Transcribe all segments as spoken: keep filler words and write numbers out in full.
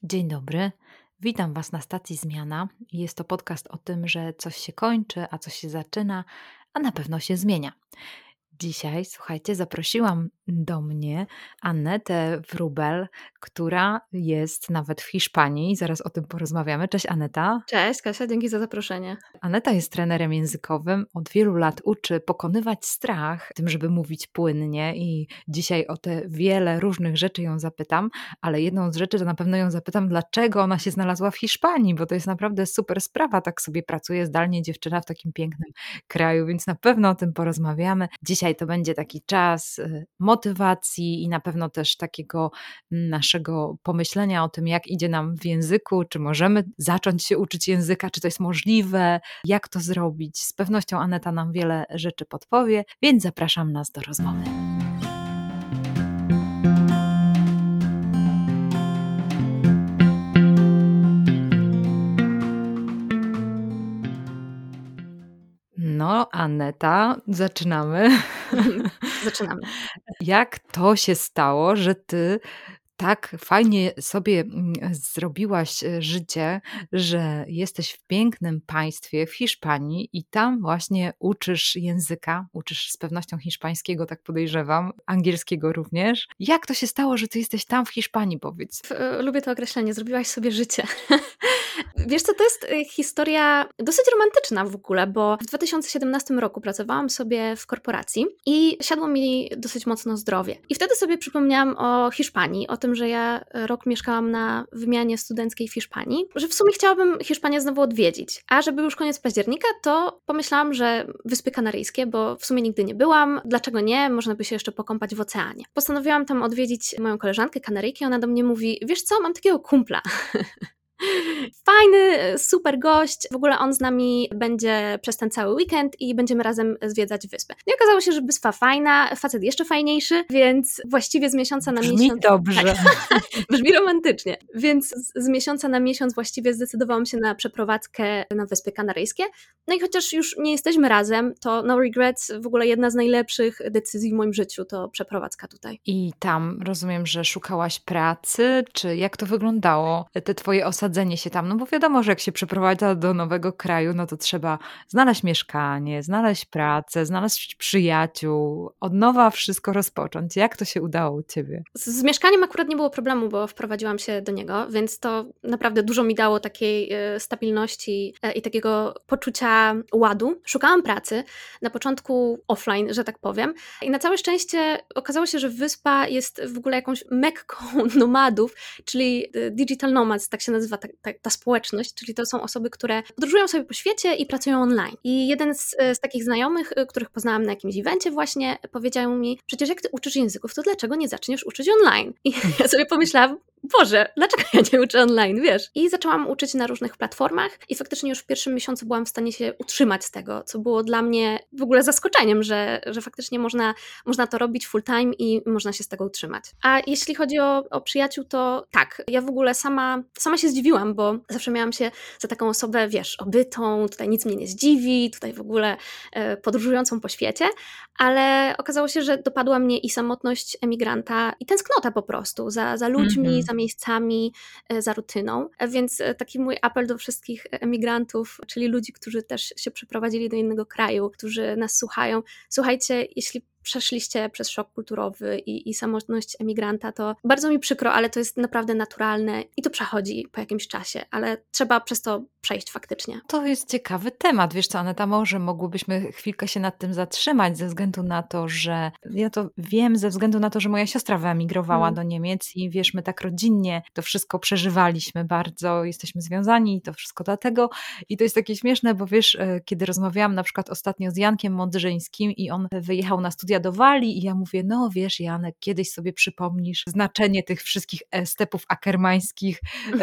Dzień dobry, witam Was na stacji Zmiana. Jest to podcast o tym, że coś się kończy, a coś się zaczyna, a na pewno się zmienia. Dzisiaj, słuchajcie, zaprosiłam do mnie Anetę Wróbel, która jest nawet w Hiszpanii. Zaraz o tym porozmawiamy. Cześć Aneta. Cześć Kasia, dzięki za zaproszenie. Aneta jest trenerem językowym, od wielu lat uczy pokonywać strach tym, żeby mówić płynnie i dzisiaj o te wiele różnych rzeczy ją zapytam, ale jedną z rzeczy to na pewno ją zapytam, dlaczego ona się znalazła w Hiszpanii, bo to jest naprawdę super sprawa, tak sobie pracuje zdalnie dziewczyna w takim pięknym kraju, więc na pewno o tym porozmawiamy. Dzisiaj to będzie taki czas motywacji i na pewno też takiego naszego pomyślenia o tym, jak idzie nam w języku, czy możemy zacząć się uczyć języka, czy to jest możliwe, jak to zrobić. Z pewnością Aneta nam wiele rzeczy podpowie, więc zapraszam nas do rozmowy. No, Aneta, zaczynamy. Zaczynamy. Jak to się stało, że ty tak fajnie sobie zrobiłaś życie, że jesteś w pięknym państwie, w Hiszpanii i tam właśnie uczysz języka, uczysz z pewnością hiszpańskiego, tak podejrzewam, angielskiego również. Jak to się stało, że ty jesteś tam w Hiszpanii, powiedz? Lubię to określenie, zrobiłaś sobie życie. Wiesz co, to jest historia dosyć romantyczna w ogóle, bo w dwa tysiące siedemnastym roku pracowałam sobie w korporacji i siadło mi dosyć mocno zdrowie. I wtedy sobie przypomniałam o Hiszpanii, o tym, że ja rok mieszkałam na wymianie studenckiej w Hiszpanii, że w sumie chciałabym Hiszpanię znowu odwiedzić. A żeby już koniec października, to pomyślałam, że Wyspy Kanaryjskie, bo w sumie nigdy nie byłam, dlaczego nie, można by się jeszcze pokąpać w oceanie. Postanowiłam tam odwiedzić moją koleżankę Kanaryjkę, ona do mnie mówi, wiesz co, mam takiego kumpla. Fajny, super gość, w ogóle on z nami będzie przez ten cały weekend i będziemy razem zwiedzać wyspę. No i okazało się, że wyspa fajna, facet jeszcze fajniejszy, więc właściwie z miesiąca na Brzmi miesiąc... dobrze. Tak, brzmi romantycznie. Więc z, z miesiąca na miesiąc właściwie zdecydowałam się na przeprowadzkę na Wyspy Kanaryjskie. No i chociaż już nie jesteśmy razem, to no regrets, w ogóle jedna z najlepszych decyzji w moim życiu to przeprowadzka tutaj. I tam rozumiem, że szukałaś pracy, czy jak to wyglądało, te twoje osadzenie się tam? No bo wiadomo, że jak się przeprowadza do nowego kraju, no to trzeba znaleźć mieszkanie, znaleźć pracę, znaleźć przyjaciół, od nowa wszystko rozpocząć. Jak to się udało u ciebie? Z, z mieszkaniem akurat nie było problemu, bo wprowadziłam się do niego, więc to naprawdę dużo mi dało takiej y, stabilności y, i takiego poczucia ładu. Szukałam pracy, na początku offline, że tak powiem, i na całe szczęście okazało się, że wyspa jest w ogóle jakąś mekką nomadów, czyli y, digital nomads, tak się nazywa ta, ta, ta społeczność, czyli to są osoby, które podróżują sobie po świecie i pracują online. I jeden z, z takich znajomych, których poznałam na jakimś evencie właśnie, powiedział mi, przecież jak ty uczysz języków, to dlaczego nie zaczniesz uczyć online? I ja sobie pomyślałam, Boże, dlaczego ja nie uczę online, wiesz? I zaczęłam uczyć na różnych platformach i faktycznie już w pierwszym miesiącu byłam w stanie się utrzymać z tego, co było dla mnie w ogóle zaskoczeniem, że, że faktycznie można, można to robić full time i można się z tego utrzymać. A jeśli chodzi o, o przyjaciół, to tak, ja w ogóle sama, sama się zdziwiłam, bo zawsze miałam się za taką osobę, wiesz, obytą, tutaj nic mnie nie zdziwi, tutaj w ogóle e, podróżującą po świecie, ale okazało się, że dopadła mnie i samotność emigranta i tęsknota po prostu za, za ludźmi, mm-hmm. za miejscami, za rutyną. Więc taki mój apel do wszystkich emigrantów, czyli ludzi, którzy też się przeprowadzili do innego kraju, którzy nas słuchają. Słuchajcie, jeśli przeszliście przez szok kulturowy i, i samotność emigranta, to bardzo mi przykro, ale to jest naprawdę naturalne i to przechodzi po jakimś czasie, ale trzeba przez to przejść faktycznie. To jest ciekawy temat, wiesz co, Aneta, może mogłybyśmy chwilkę się nad tym zatrzymać ze względu na to, że ja to wiem, ze względu na to, że moja siostra wyemigrowała hmm. do Niemiec i wiesz, my tak rodzinnie to wszystko przeżywaliśmy bardzo, jesteśmy związani i to wszystko dlatego i to jest takie śmieszne, bo wiesz, kiedy rozmawiałam na przykład ostatnio z Jankiem Modrzyńskim i on wyjechał na studia do Walii i ja mówię, no wiesz Janek, kiedyś sobie przypomnisz znaczenie tych wszystkich stepów akermańskich,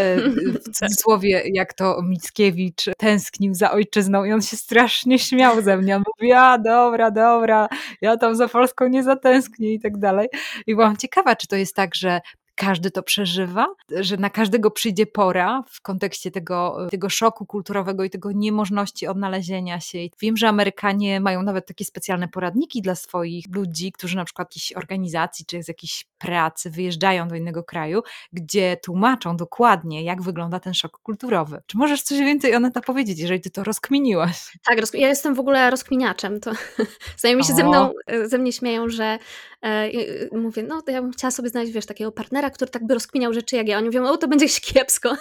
w cudzysłowie jak to Mickiewicz tęsknił za ojczyzną i on się strasznie śmiał ze mnie, on mówi, a dobra, dobra, ja tam za Polską nie zatęsknię i tak dalej. I byłam ciekawa, czy to jest tak, że każdy to przeżywa, że na każdego przyjdzie pora w kontekście tego, tego szoku kulturowego i tego niemożności odnalezienia się. Wiem, że Amerykanie mają nawet takie specjalne poradniki dla swoich ludzi, którzy na przykład jakiejś organizacji czy z jakiejś pracy wyjeżdżają do innego kraju, gdzie tłumaczą dokładnie, jak wygląda ten szok kulturowy. Czy możesz coś więcej, Aneta, powiedzieć, jeżeli ty to rozkminiłaś? Tak, ja jestem w ogóle rozkminiaczem. To znajomi się ze mną, ze mnie śmieją, że e, mówię, no to ja bym chciała sobie znaleźć, wiesz, takiego partnera, który tak by rozkminiał rzeczy jak ja. Oni mówią, o to będzie kiepsko,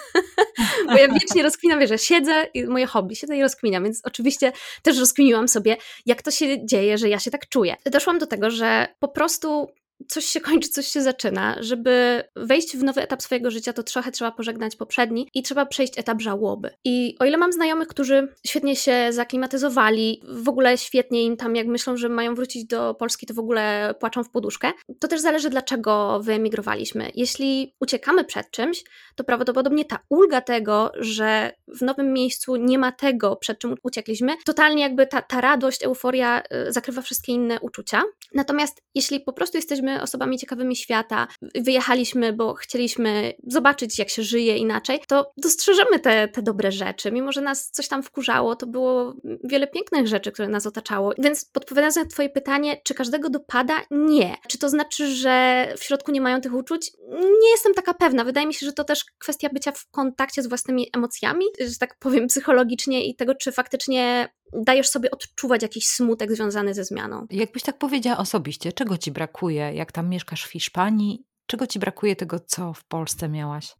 bo ja wiecznie rozkminiam, wiesz, że siedzę i moje hobby, siedzę i rozkminiam, więc oczywiście też rozkminiłam sobie, jak to się dzieje, że ja się tak czuję. Doszłam do tego, że po prostu coś się kończy, coś się zaczyna. Żeby wejść w nowy etap swojego życia, to trochę trzeba pożegnać poprzedni i trzeba przejść etap żałoby. I o ile mam znajomych, którzy świetnie się zaklimatyzowali, w ogóle świetnie im tam, jak myślą, że mają wrócić do Polski, to w ogóle płaczą w poduszkę, to też zależy, dlaczego wyemigrowaliśmy. Jeśli uciekamy przed czymś, to prawdopodobnie ta ulga tego, że w nowym miejscu nie ma tego, przed czym uciekliśmy, totalnie jakby ta, ta radość, euforia zakrywa wszystkie inne uczucia. Natomiast jeśli po prostu jesteśmy osobami ciekawymi świata, wyjechaliśmy, bo chcieliśmy zobaczyć, jak się żyje inaczej, to dostrzeżemy te, te dobre rzeczy. Mimo że nas coś tam wkurzało, to było wiele pięknych rzeczy, które nas otaczało. Więc odpowiadając na twoje pytanie, czy każdego dopada? Nie. Czy to znaczy, że w środku nie mają tych uczuć? Nie jestem taka pewna. Wydaje mi się, że to też kwestia bycia w kontakcie z własnymi emocjami, że tak powiem psychologicznie i tego, czy faktycznie dajesz sobie odczuwać jakiś smutek związany ze zmianą. Jakbyś tak powiedziała osobiście, czego ci brakuje, jak tam mieszkasz w Hiszpanii? Czego ci brakuje tego, co w Polsce miałaś?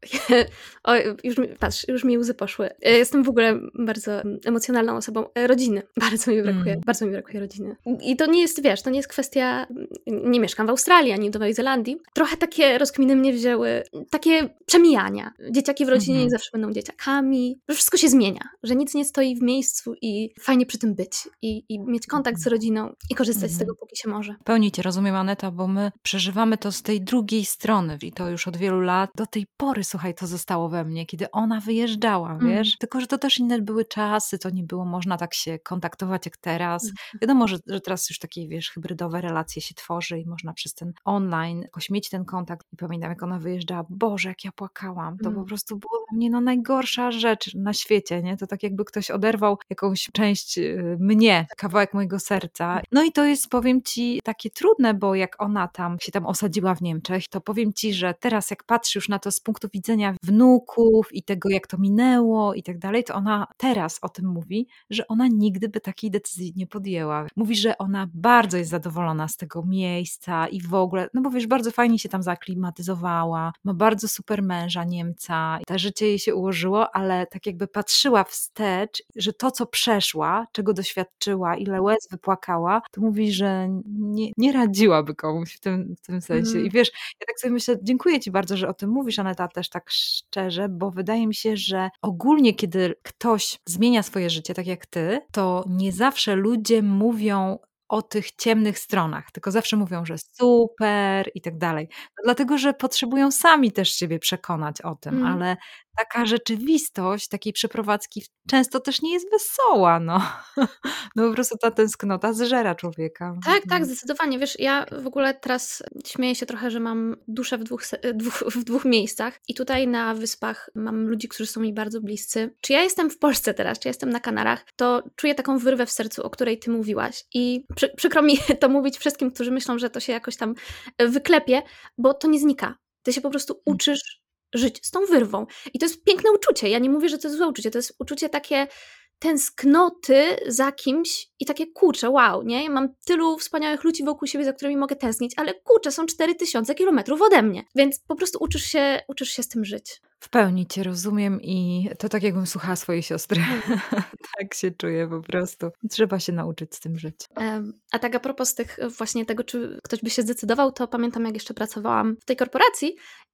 O, już mi, patrz, już mi łzy poszły. Jestem w ogóle bardzo emocjonalną osobą. Rodziny. Bardzo mi brakuje. Mm. Bardzo mi brakuje rodziny. I to nie jest, wiesz, to nie jest kwestia, nie mieszkam w Australii, ani w Nowej Zelandii. Trochę takie rozkminy mnie wzięły, takie przemijania. Dzieciaki w rodzinie mm-hmm. nie zawsze będą dzieciakami. Że wszystko się zmienia. Że nic nie stoi w miejscu i fajnie przy tym być. I, i mieć kontakt z rodziną i korzystać mm-hmm. z tego, póki się może. Pełni cię rozumiem, Aneta, bo my przeżywamy to z tej drugiej strony. strony i to już od wielu lat. Do tej pory, słuchaj, to zostało we mnie, kiedy ona wyjeżdżała, mm. wiesz? Tylko, że to też inne były czasy, to nie było można tak się kontaktować jak teraz. Mm. Wiadomo, że, że teraz już takie, wiesz, hybrydowe relacje się tworzy i można przez ten online jakoś mieć ten kontakt. I pamiętam, jak ona wyjeżdżała, Boże, jak ja płakałam. To mm. po prostu było dla mnie no, najgorsza rzecz na świecie, nie? To tak jakby ktoś oderwał jakąś część mnie, kawałek mojego serca. No i to jest, powiem ci, takie trudne, bo jak ona tam się tam osadziła w Niemczech, to powiem ci, że teraz jak patrzy już na to z punktu widzenia wnuków i tego, jak to minęło i tak dalej, to ona teraz o tym mówi, że ona nigdy by takiej decyzji nie podjęła. Mówi, że ona bardzo jest zadowolona z tego miejsca i w ogóle, no bo wiesz, bardzo fajnie się tam zaklimatyzowała, ma bardzo super męża Niemca, to życie jej się ułożyło, ale tak jakby patrzyła wstecz, że to, co przeszła, czego doświadczyła, ile łez wypłakała, to mówi, że nie, nie radziłaby komuś w tym, w tym sensie. Mm. I wiesz, ja tak sobie myślę, dziękuję ci bardzo, że o tym mówisz, Aneta, też tak szczerze, bo wydaje mi się, że ogólnie, kiedy ktoś zmienia swoje życie, tak jak ty, to nie zawsze ludzie mówią o tych ciemnych stronach, tylko zawsze mówią, że super i tak dalej. No dlatego, że potrzebują sami też siebie przekonać o tym, mm. ale taka rzeczywistość takiej przeprowadzki często też nie jest wesoła, no. No po prostu ta tęsknota zżera człowieka. Tak, tak, zdecydowanie. Wiesz, ja w ogóle teraz śmieję się trochę, że mam duszę w dwóch, dwóch, w dwóch miejscach i tutaj na Wyspach mam ludzi, którzy są mi bardzo bliscy. Czy ja jestem w Polsce teraz, czy jestem na Kanarach, to czuję taką wyrwę w sercu, o której ty mówiłaś i przy, przykro mi to mówić wszystkim, którzy myślą, że to się jakoś tam wyklepie, bo to nie znika. Ty się po prostu uczysz żyć z tą wyrwą. I to jest piękne uczucie. Ja nie mówię, że to jest złe uczucie. To jest uczucie takie tęsknoty za kimś i takie kurczę, wow, nie? Ja mam tylu wspaniałych ludzi wokół siebie, za którymi mogę tęsknić, ale kurczę, są cztery tysiące kilometrów ode mnie. Więc po prostu uczysz się, uczysz się z tym żyć. W pełni cię rozumiem i to tak jakbym słuchała swojej siostry. Tak się czuję po prostu. Trzeba się nauczyć z tym żyć. A tak a propos tych, właśnie tego, czy ktoś by się zdecydował, to pamiętam, jak jeszcze pracowałam w tej korporacji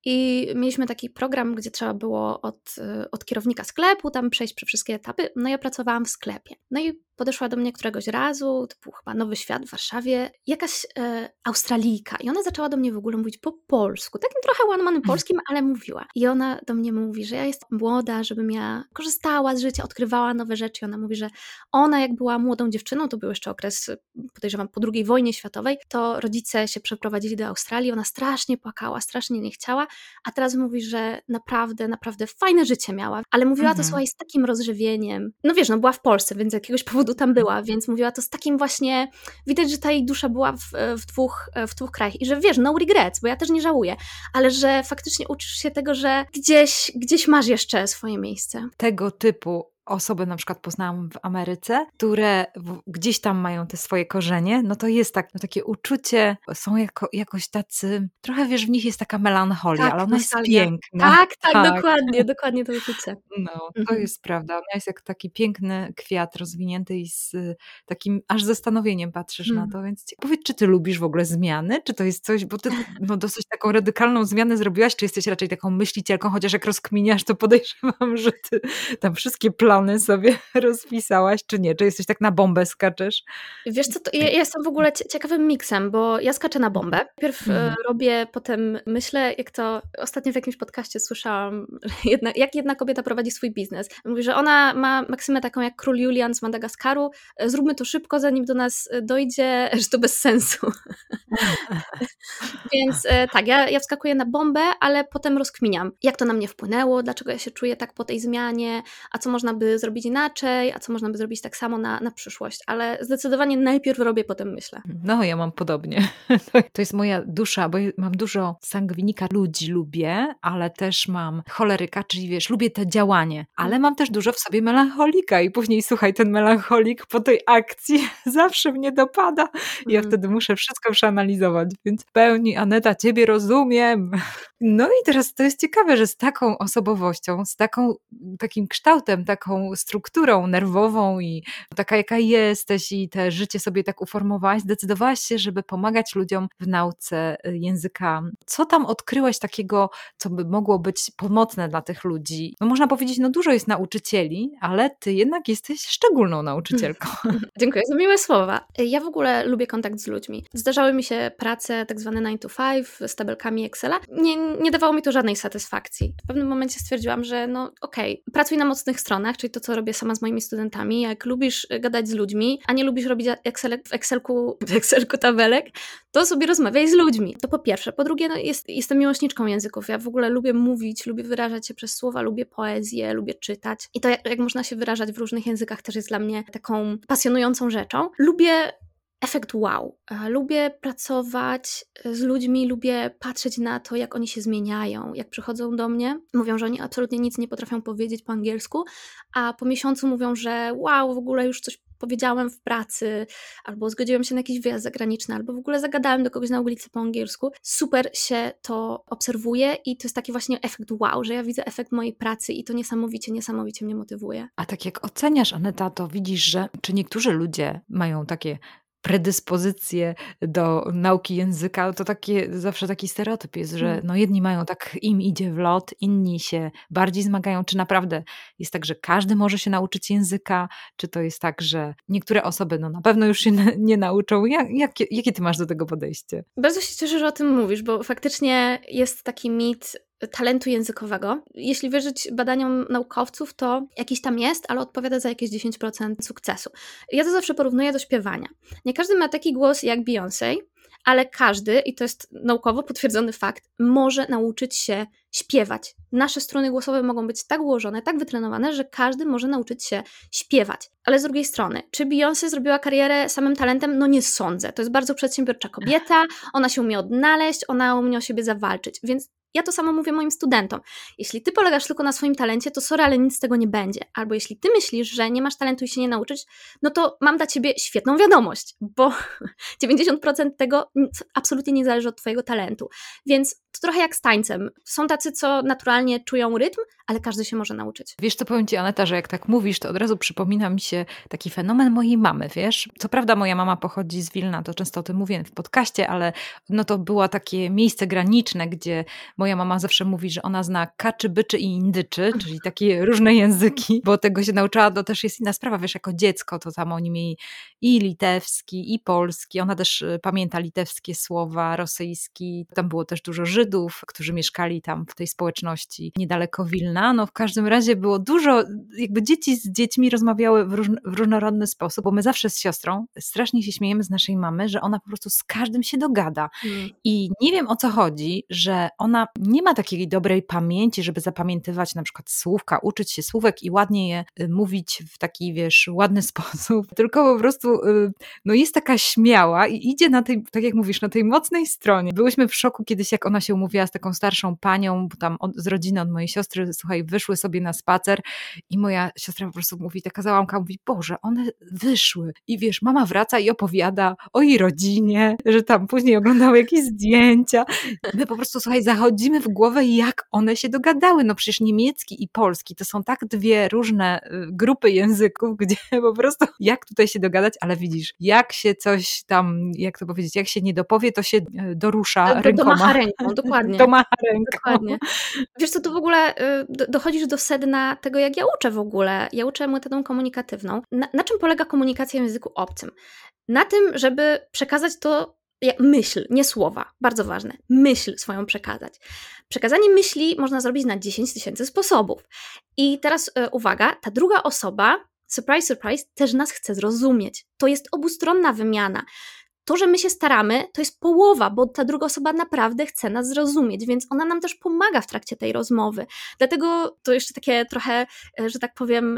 i mieliśmy taki program, gdzie trzeba było od, od kierownika sklepu tam przejść przez wszystkie etapy. No ja pracowałam w sklepie. No i podeszła do mnie któregoś razu, to był chyba Nowy Świat w Warszawie, jakaś e, Australijka i ona zaczęła do mnie w ogóle mówić po polsku, takim trochę łamanym polskim, ale mówiła. I ona do mnie mówi, że ja jestem młoda, żebym ja korzystała z życia, odkrywała nowe rzeczy. I ona mówi, że ona jak była młodą dziewczyną, to był jeszcze okres, podejrzewam, po drugiej wojnie światowej, to rodzice się przeprowadzili do Australii, ona strasznie płakała, strasznie nie chciała, a teraz mówi, że naprawdę, naprawdę fajne życie miała, ale mówiła Mhm. to, słuchaj, z takim rozżywieniem. No wiesz, no była w Polsce, więc z jakiegoś powodu tam była, więc mówiła to z takim właśnie, widać, że ta jej dusza była w, w, dwóch, w dwóch krajach i że wiesz, no regrets, bo ja też nie żałuję, ale że faktycznie uczysz się tego, że gdzieś, gdzieś masz jeszcze swoje miejsce. Tego typu osoby na przykład poznałam w Ameryce, które w, gdzieś tam mają te swoje korzenie, no to jest tak, no takie uczucie, są jako, jakoś tacy, trochę wiesz, w nich jest taka melancholia, Tak, ale ona nostalgia. jest piękna. Tak, tak, tak, dokładnie, dokładnie to uczucie. No, to mhm. jest prawda. Ona jest jak taki piękny kwiat rozwinięty i z y, takim aż zastanowieniem patrzysz hmm. na to, więc powiedz, czy ty lubisz w ogóle zmiany? Czy to jest coś, bo ty no, dosyć taką radykalną zmianę zrobiłaś, czy jesteś raczej taką myślicielką, chociaż jak rozkminiasz, to podejrzewam, że ty tam wszystkie plany sobie rozpisałaś, czy nie? Czy jesteś tak na bombę skaczesz? Wiesz co, to ja, ja jestem w ogóle ciekawym miksem, bo ja skaczę na bombę. Najpierw mm. e, robię, potem myślę, jak to ostatnio w jakimś podcaście słyszałam, jedna, jak jedna kobieta prowadzi swój biznes. Mówi, że ona ma maksymę taką jak król Julian z Madagaskaru, zróbmy to szybko, zanim do nas dojdzie, że to bez sensu. Więc e, tak, ja, ja wskakuję na bombę, ale potem rozkminiam, jak to na mnie wpłynęło, dlaczego ja się czuję tak po tej zmianie, a co można by zrobić inaczej, a co można by zrobić tak samo na, na przyszłość, ale zdecydowanie najpierw robię, potem myślę. No, ja mam podobnie. To jest moja dusza, bo mam dużo sangwinika, ludzi lubię, ale też mam choleryka, czyli wiesz, lubię to działanie, ale mam też dużo w sobie melancholika i później, słuchaj, ten melancholik po tej akcji zawsze mnie dopada i ja mm. wtedy muszę wszystko przeanalizować, więc w pełni, Aneta, ciebie rozumiem. No i teraz to jest ciekawe, że z taką osobowością, z taką, takim kształtem, taką strukturą nerwową i taka jaka jesteś i te życie sobie tak uformowałaś, zdecydowałaś się, żeby pomagać ludziom w nauce języka. Co tam odkryłaś takiego, co by mogło być pomocne dla tych ludzi? No można powiedzieć, no dużo jest nauczycieli, ale ty jednak jesteś szczególną nauczycielką. Dziękuję za miłe słowa. Ja w ogóle lubię kontakt z ludźmi. Zdarzały mi się prace tak zwane nine to five z tabelkami Excela. Nie, nie dawało mi to żadnej satysfakcji. W pewnym momencie stwierdziłam, że no okej, okay, pracuj na mocnych stronach, czyli to, co robię sama z moimi studentami. Jak lubisz gadać z ludźmi, a nie lubisz robić Excel, w, Excelku, w Excelku tabelek, to sobie rozmawiaj z ludźmi. To po pierwsze. Po drugie, no jest, jestem miłośniczką języków. Ja w ogóle lubię mówić, lubię wyrażać się przez słowa, lubię poezję, lubię czytać. I to, jak, jak można się wyrażać w różnych językach, też jest dla mnie taką pasjonującą rzeczą. Lubię efekt wow. Lubię pracować z ludźmi, lubię patrzeć na to, jak oni się zmieniają, jak przychodzą do mnie, mówią, że oni absolutnie nic nie potrafią powiedzieć po angielsku, a po miesiącu mówią, że wow, w ogóle już coś powiedziałem w pracy, albo zgodziłem się na jakiś wyjazd zagraniczny, albo w ogóle zagadałem do kogoś na ulicy po angielsku. Super się to obserwuje i to jest taki właśnie efekt wow, że ja widzę efekt mojej pracy i to niesamowicie, niesamowicie mnie motywuje. A tak jak oceniasz, Aneta, to widzisz, że czy niektórzy ludzie mają takie predyspozycje do nauki języka, to takie, zawsze taki stereotyp jest, że no jedni mają tak, im idzie w lot, inni się bardziej zmagają. Czy naprawdę jest tak, że każdy może się nauczyć języka? Czy to jest tak, że niektóre osoby no na pewno już się nie nauczą? Jak, jakie, jakie ty masz do tego podejście? Bardzo się cieszę, że o tym mówisz, bo faktycznie jest taki mit talentu językowego. Jeśli wierzyć badaniom naukowców, to jakiś tam jest, ale odpowiada za jakieś dziesięć procent sukcesu. Ja to zawsze porównuję do śpiewania. Nie każdy ma taki głos jak Beyoncé, ale każdy, i to jest naukowo potwierdzony fakt, może nauczyć się śpiewać. Nasze struny głosowe mogą być tak ułożone, tak wytrenowane, że każdy może nauczyć się śpiewać. Ale z drugiej strony, czy Beyoncé zrobiła karierę samym talentem? No nie sądzę. To jest bardzo przedsiębiorcza kobieta, ona się umie odnaleźć, ona umie o siebie zawalczyć, więc ja to samo mówię moim studentom. Jeśli ty polegasz tylko na swoim talencie, to sorry, ale nic z tego nie będzie. Albo jeśli ty myślisz, że nie masz talentu i się nie nauczyć, no to mam dla ciebie świetną wiadomość, bo dziewięćdziesiąt procent tego absolutnie nie zależy od twojego talentu. Więc To trochę jak z tańcem. Są tacy, co naturalnie czują rytm, ale każdy się może nauczyć. Wiesz co, powiem Ci, Aneta, że jak tak mówisz, to od razu przypomina mi się taki fenomen mojej mamy, wiesz? Co prawda moja mama pochodzi z Wilna, to często o tym mówię w podcaście, ale no to było takie miejsce graniczne, gdzie moja mama zawsze mówi, że ona zna kaczy, byczy i indyczy, czyli takie różne języki, bo tego się nauczyła, to też jest inna sprawa, wiesz, jako dziecko to tam oni mieli i litewski, i polski, ona też pamięta litewskie słowa, rosyjski, tam było też dużo Żydów, którzy mieszkali tam w tej społeczności niedaleko Wilna. No w każdym razie było dużo, jakby dzieci z dziećmi rozmawiały w, róż, w różnorodny sposób, bo my zawsze z siostrą strasznie się śmiejemy z naszej mamy, że ona po prostu z każdym się dogada. Mm. I nie wiem o co chodzi, że ona nie ma takiej dobrej pamięci, żeby zapamiętywać na przykład słówka, uczyć się słówek i ładnie je mówić w taki, wiesz, ładny sposób, tylko po prostu no jest taka śmiała i idzie na tej, tak jak mówisz, na tej mocnej stronie. Byłyśmy w szoku kiedyś, jak ona się umówiła z taką starszą panią, bo tam od, z rodziny od mojej siostry, słuchaj, wyszły sobie na spacer i moja siostra po prostu mówi, taka załamka, mówi, Boże, one wyszły. I wiesz, mama wraca i opowiada o jej rodzinie, że tam później oglądały jakieś zdjęcia. My po prostu, słuchaj, zachodzimy w głowę, jak one się dogadały. No przecież niemiecki i polski to są tak dwie różne grupy języków, gdzie po prostu jak tutaj się dogadać, ale widzisz, jak się coś tam, jak to powiedzieć, jak się nie dopowie, to się dorusza do, rękoma. Domacha ręką, dokładnie. Domacha ręką. Dokładnie. Wiesz co, to w ogóle y, dochodzisz do sedna tego, jak ja uczę w ogóle. Ja uczę metodą komunikatywną. Na, na czym polega komunikacja w języku obcym? Na tym, żeby przekazać to myśl, nie słowa, bardzo ważne, myśl swoją przekazać. Przekazanie myśli można zrobić na dziesięć tysięcy sposobów. I teraz y, uwaga, ta druga osoba, surprise, surprise, też nas chce zrozumieć. To jest obustronna wymiana. To, że my się staramy, to jest połowa, bo ta druga osoba naprawdę chce nas zrozumieć, więc ona nam też pomaga w trakcie tej rozmowy. Dlatego to jeszcze takie trochę, że tak powiem,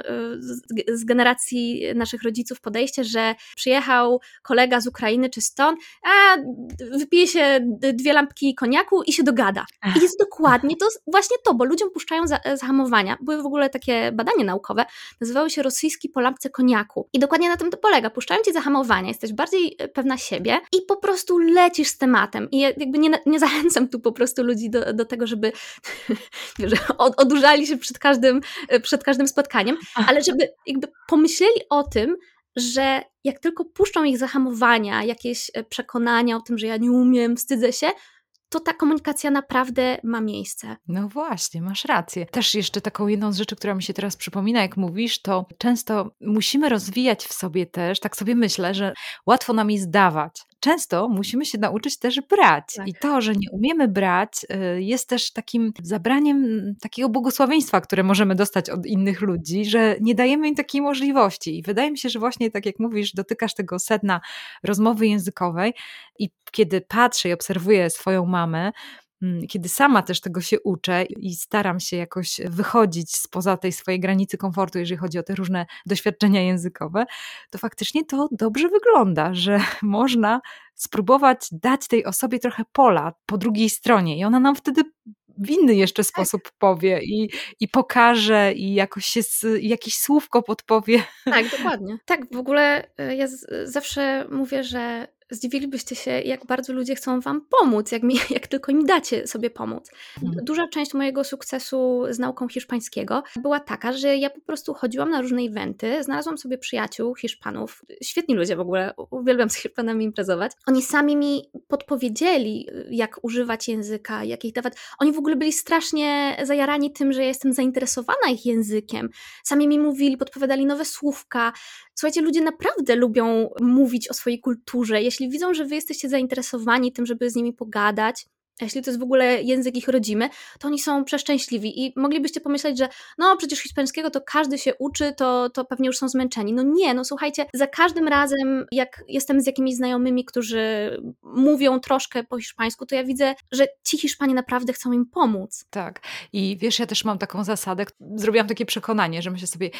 z generacji naszych rodziców podejście, że przyjechał kolega z Ukrainy czy stąd, a wypije się dwie lampki koniaku i się dogada. I jest dokładnie to właśnie to, bo ludziom puszczają zahamowania. Były w ogóle takie badania naukowe, nazywały się rosyjski po lampce koniaku. I dokładnie na tym to polega. Puszczają ci zahamowania, jesteś bardziej pewna siebie, i po prostu lecisz z tematem. I jakby nie, nie zachęcam tu po prostu ludzi do, do tego, żeby wiesz, odurzali się przed każdym, przed każdym spotkaniem, ale żeby jakby pomyśleli o tym, że jak tylko puszczą ich zahamowania, jakieś przekonania o tym, że ja nie umiem, wstydzę się, to ta komunikacja naprawdę ma miejsce. No właśnie, masz rację. Też jeszcze taką jedną z rzeczy, która mi się teraz przypomina, jak mówisz, to często musimy rozwijać w sobie też, tak sobie myślę, że łatwo nam jest dawać. Często musimy się nauczyć też brać. Tak. I to, że nie umiemy brać, jest też takim zabraniem takiego błogosławieństwa, które możemy dostać od innych ludzi, że nie dajemy im takiej możliwości. I wydaje mi się, że właśnie tak jak mówisz, dotykasz tego sedna rozmowy językowej i kiedy patrzę i obserwuję swoją mamę, kiedy sama też tego się uczę i staram się jakoś wychodzić spoza tej swojej granicy komfortu, jeżeli chodzi o te różne doświadczenia językowe, to faktycznie to dobrze wygląda, że można spróbować dać tej osobie trochę pola po drugiej stronie i ona nam wtedy w inny jeszcze sposób tak. powie i, i pokaże i jakoś się z, jakieś słówko podpowie. Tak, dokładnie. Tak, w ogóle ja z, zawsze mówię, że zdziwilibyście się, jak bardzo ludzie chcą wam pomóc, jak, mi, jak tylko im dacie sobie pomóc. Hmm. Duża część mojego sukcesu z nauką hiszpańskiego była taka, że ja po prostu chodziłam na różne eventy, znalazłam sobie przyjaciół Hiszpanów, świetni ludzie w ogóle, uwielbiam z Hiszpanami imprezować. Oni sami mi podpowiedzieli, jak używać języka, jak ich dawać. Oni w ogóle byli strasznie zajarani tym, że ja jestem zainteresowana ich językiem. Sami mi mówili, podpowiadali nowe słówka. Słuchajcie, ludzie naprawdę lubią mówić o swojej kulturze. Jeśli widzą, że wy jesteście zainteresowani tym, żeby z nimi pogadać, a jeśli to jest w ogóle język ich rodzimy, to oni są przeszczęśliwi i moglibyście pomyśleć, że no przecież hiszpańskiego to każdy się uczy, to, to pewnie już są zmęczeni. No nie, no słuchajcie, za każdym razem jak jestem z jakimiś znajomymi, którzy mówią troszkę po hiszpańsku, to ja widzę, że ci Hiszpanie naprawdę chcą im pomóc. Tak i wiesz, ja też mam taką zasadę, zrobiłam takie przekonanie, że myślę sobie,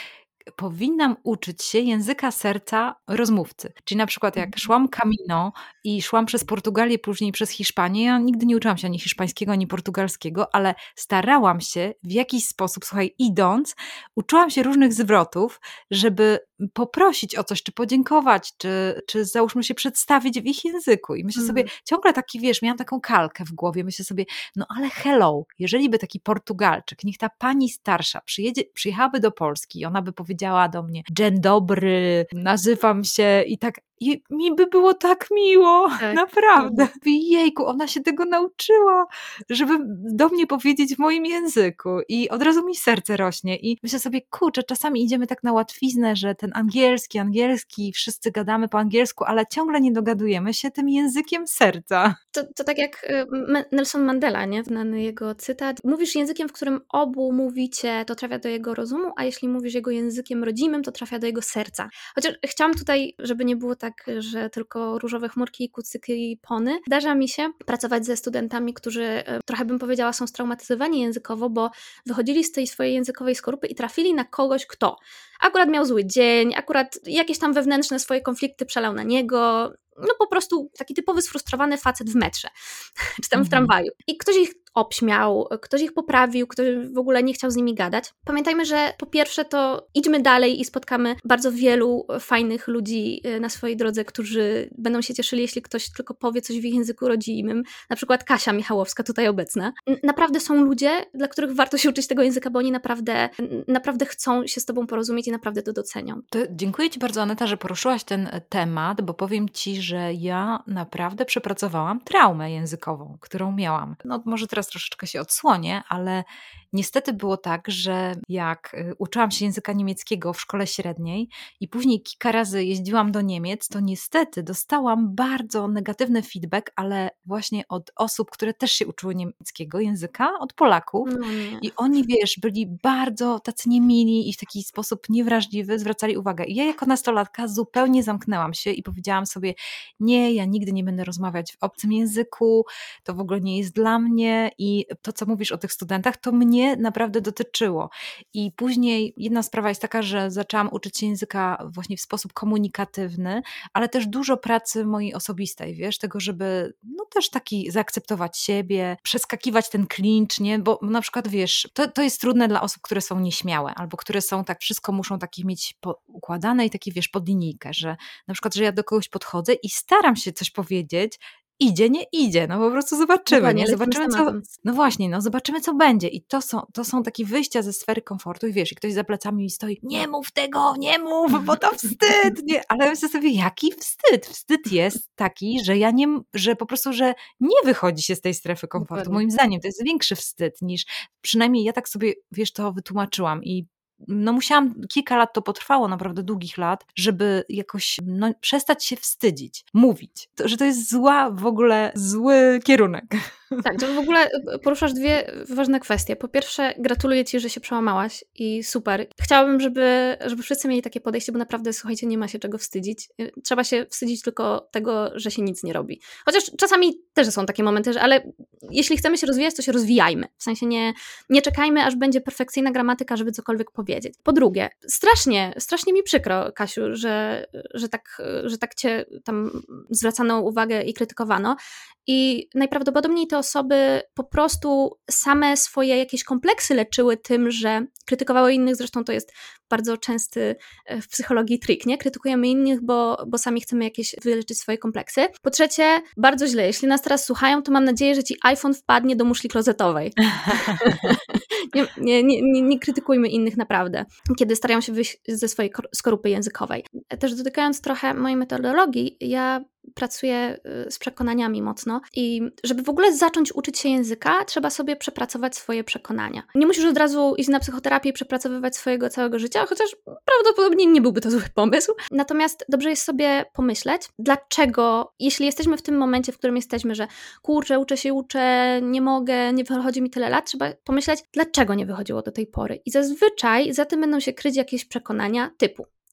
powinnam uczyć się języka serca rozmówcy. Czyli na przykład jak Mhm. szłam Camino i szłam przez Portugalię, później przez Hiszpanię, ja nigdy nie uczyłam się ani hiszpańskiego, ani portugalskiego, ale starałam się w jakiś sposób, słuchaj, idąc, uczyłam się różnych zwrotów, żeby poprosić o coś, czy podziękować, czy, czy załóżmy się przedstawić w ich języku. I myślę sobie, Mhm. ciągle taki, wiesz, miałam taką kalkę w głowie, myślę sobie, no ale hello, jeżeli by taki Portugalczyk, niech ta pani starsza przyjedzie, przyjechałaby do Polski i ona by powiedziała do mnie, dzień dobry, nazywam się i tak, i mi by było tak miło, Tak. naprawdę. Mhm. Jejku, ona się tego nauczyła, żeby do mnie powiedzieć w moim języku i od razu mi serce rośnie i myślę sobie, kurczę, czasami idziemy tak na łatwiznę, że ten angielski, angielski, wszyscy gadamy po angielsku, ale ciągle nie dogadujemy się tym językiem serca. To, to tak jak y, M- Nelson Mandela, nie? Znany jego cytat. Mówisz językiem, w którym obu mówicie, to trafia do jego rozumu, a jeśli mówisz jego językiem rodzimym, to trafia do jego serca. Chociaż chciałam tutaj, żeby nie było tak, że tylko różowe chmurki, kucyki i pony. Zdarza mi się pracować ze studentami, którzy y, trochę bym powiedziała są straumatyzowani językowo, bo wychodzili z tej swojej językowej skorupy i trafili na kogoś, kto akurat miał zły dzień, akurat jakieś tam wewnętrzne swoje konflikty przelał na niego, no po prostu taki typowy sfrustrowany facet w metrze, czy tam w Mhm. tramwaju. I ktoś ich obśmiał, ktoś ich poprawił, ktoś w ogóle nie chciał z nimi gadać. Pamiętajmy, że po pierwsze to idźmy dalej i spotkamy bardzo wielu fajnych ludzi na swojej drodze, którzy będą się cieszyli, jeśli ktoś tylko powie coś w ich języku rodzimym. Na przykład Kasia Michałowska, tutaj obecna. Naprawdę są ludzie, dla których warto się uczyć tego języka, bo oni naprawdę, naprawdę chcą się z tobą porozumieć i naprawdę to docenią. To dziękuję Ci bardzo, Aneta, że poruszyłaś ten temat, bo powiem Ci, że ja naprawdę przepracowałam traumę językową, którą miałam. No może teraz troszeczkę się odsłonię, ale niestety było tak, że jak uczyłam się języka niemieckiego w szkole średniej i później kilka razy jeździłam do Niemiec, to niestety dostałam bardzo negatywny feedback, ale właśnie od osób, które też się uczyły niemieckiego języka, od Polaków. No nie. I oni, wiesz, byli bardzo tacy niemili i w taki sposób niewrażliwy zwracali uwagę. I ja jako nastolatka zupełnie zamknęłam się i powiedziałam sobie, nie, ja nigdy nie będę rozmawiać w obcym języku, to w ogóle nie jest dla mnie i to, co mówisz o tych studentach, to mnie naprawdę dotyczyło. I później jedna sprawa jest taka, że zaczęłam uczyć się języka właśnie w sposób komunikatywny, ale też dużo pracy mojej osobistej, wiesz, tego, żeby no też taki zaakceptować siebie, przeskakiwać ten klincz, nie, bo na przykład wiesz, to, to jest trudne dla osób, które są nieśmiałe, albo które są tak, wszystko muszą takie mieć układane i takie wiesz, pod linijkę, że na przykład, że ja do kogoś podchodzę i staram się coś powiedzieć, idzie, nie idzie, no po prostu zobaczymy, Dokładnie, nie? Zobaczymy, co, tematem. no właśnie, no zobaczymy, co będzie i to są, to są takie wyjścia ze sfery komfortu i wiesz, i ktoś za plecami mi stoi, nie mów tego, nie mów, bo to wstyd, nie, ale myślę sobie, jaki wstyd? Wstyd jest taki, że ja nie, że po prostu, że nie wychodzi się z tej strefy komfortu, Dokładnie. moim zdaniem to jest większy wstyd niż, przynajmniej ja tak sobie, wiesz, to wytłumaczyłam i no musiałam, kilka lat to potrwało, naprawdę długich lat, żeby jakoś no, przestać się wstydzić, mówić, to, że to jest zła, w ogóle zły kierunek. Tak, to w ogóle poruszasz dwie ważne kwestie. Po pierwsze, gratuluję Ci, że się przełamałaś i super. Chciałabym, żeby, żeby wszyscy mieli takie podejście, bo naprawdę, słuchajcie, nie ma się czego wstydzić. Trzeba się wstydzić tylko tego, że się nic nie robi. Chociaż czasami też są takie momenty, że ale jeśli chcemy się rozwijać, to się rozwijajmy. W sensie nie, nie czekajmy, aż będzie perfekcyjna gramatyka, żeby cokolwiek powiedzieć. Po drugie, strasznie, strasznie mi przykro, Kasiu, że, że, tak, że tak Cię tam zwracano uwagę i krytykowano. I najprawdopodobniej te osoby po prostu same swoje jakieś kompleksy leczyły tym, że krytykowały innych, zresztą to jest bardzo częsty w psychologii trik, nie? Krytykujemy innych, bo, bo sami chcemy jakieś wyleczyć swoje kompleksy. Po trzecie, bardzo źle, jeśli nas teraz słuchają, to mam nadzieję, że Ci iPhone wpadnie do muszli klozetowej. nie, nie, nie, nie, nie krytykujmy innych naprawdę, kiedy starają się wyjść ze swojej skorupy językowej. Też dotykając trochę mojej metodologii, ja pracuję z przekonaniami mocno i żeby w ogóle zacząć uczyć się języka, trzeba sobie przepracować swoje przekonania. Nie musisz od razu iść na psychoterapię i przepracowywać swojego całego życia, chociaż prawdopodobnie nie byłby to zły pomysł. Natomiast dobrze jest sobie pomyśleć, dlaczego, jeśli jesteśmy w tym momencie, w którym jesteśmy, że kurczę, uczę się, uczę, nie mogę, nie wychodzi mi tyle lat, trzeba pomyśleć, dlaczego nie wychodziło do tej pory. I zazwyczaj za tym będą się kryć jakieś przekonania typu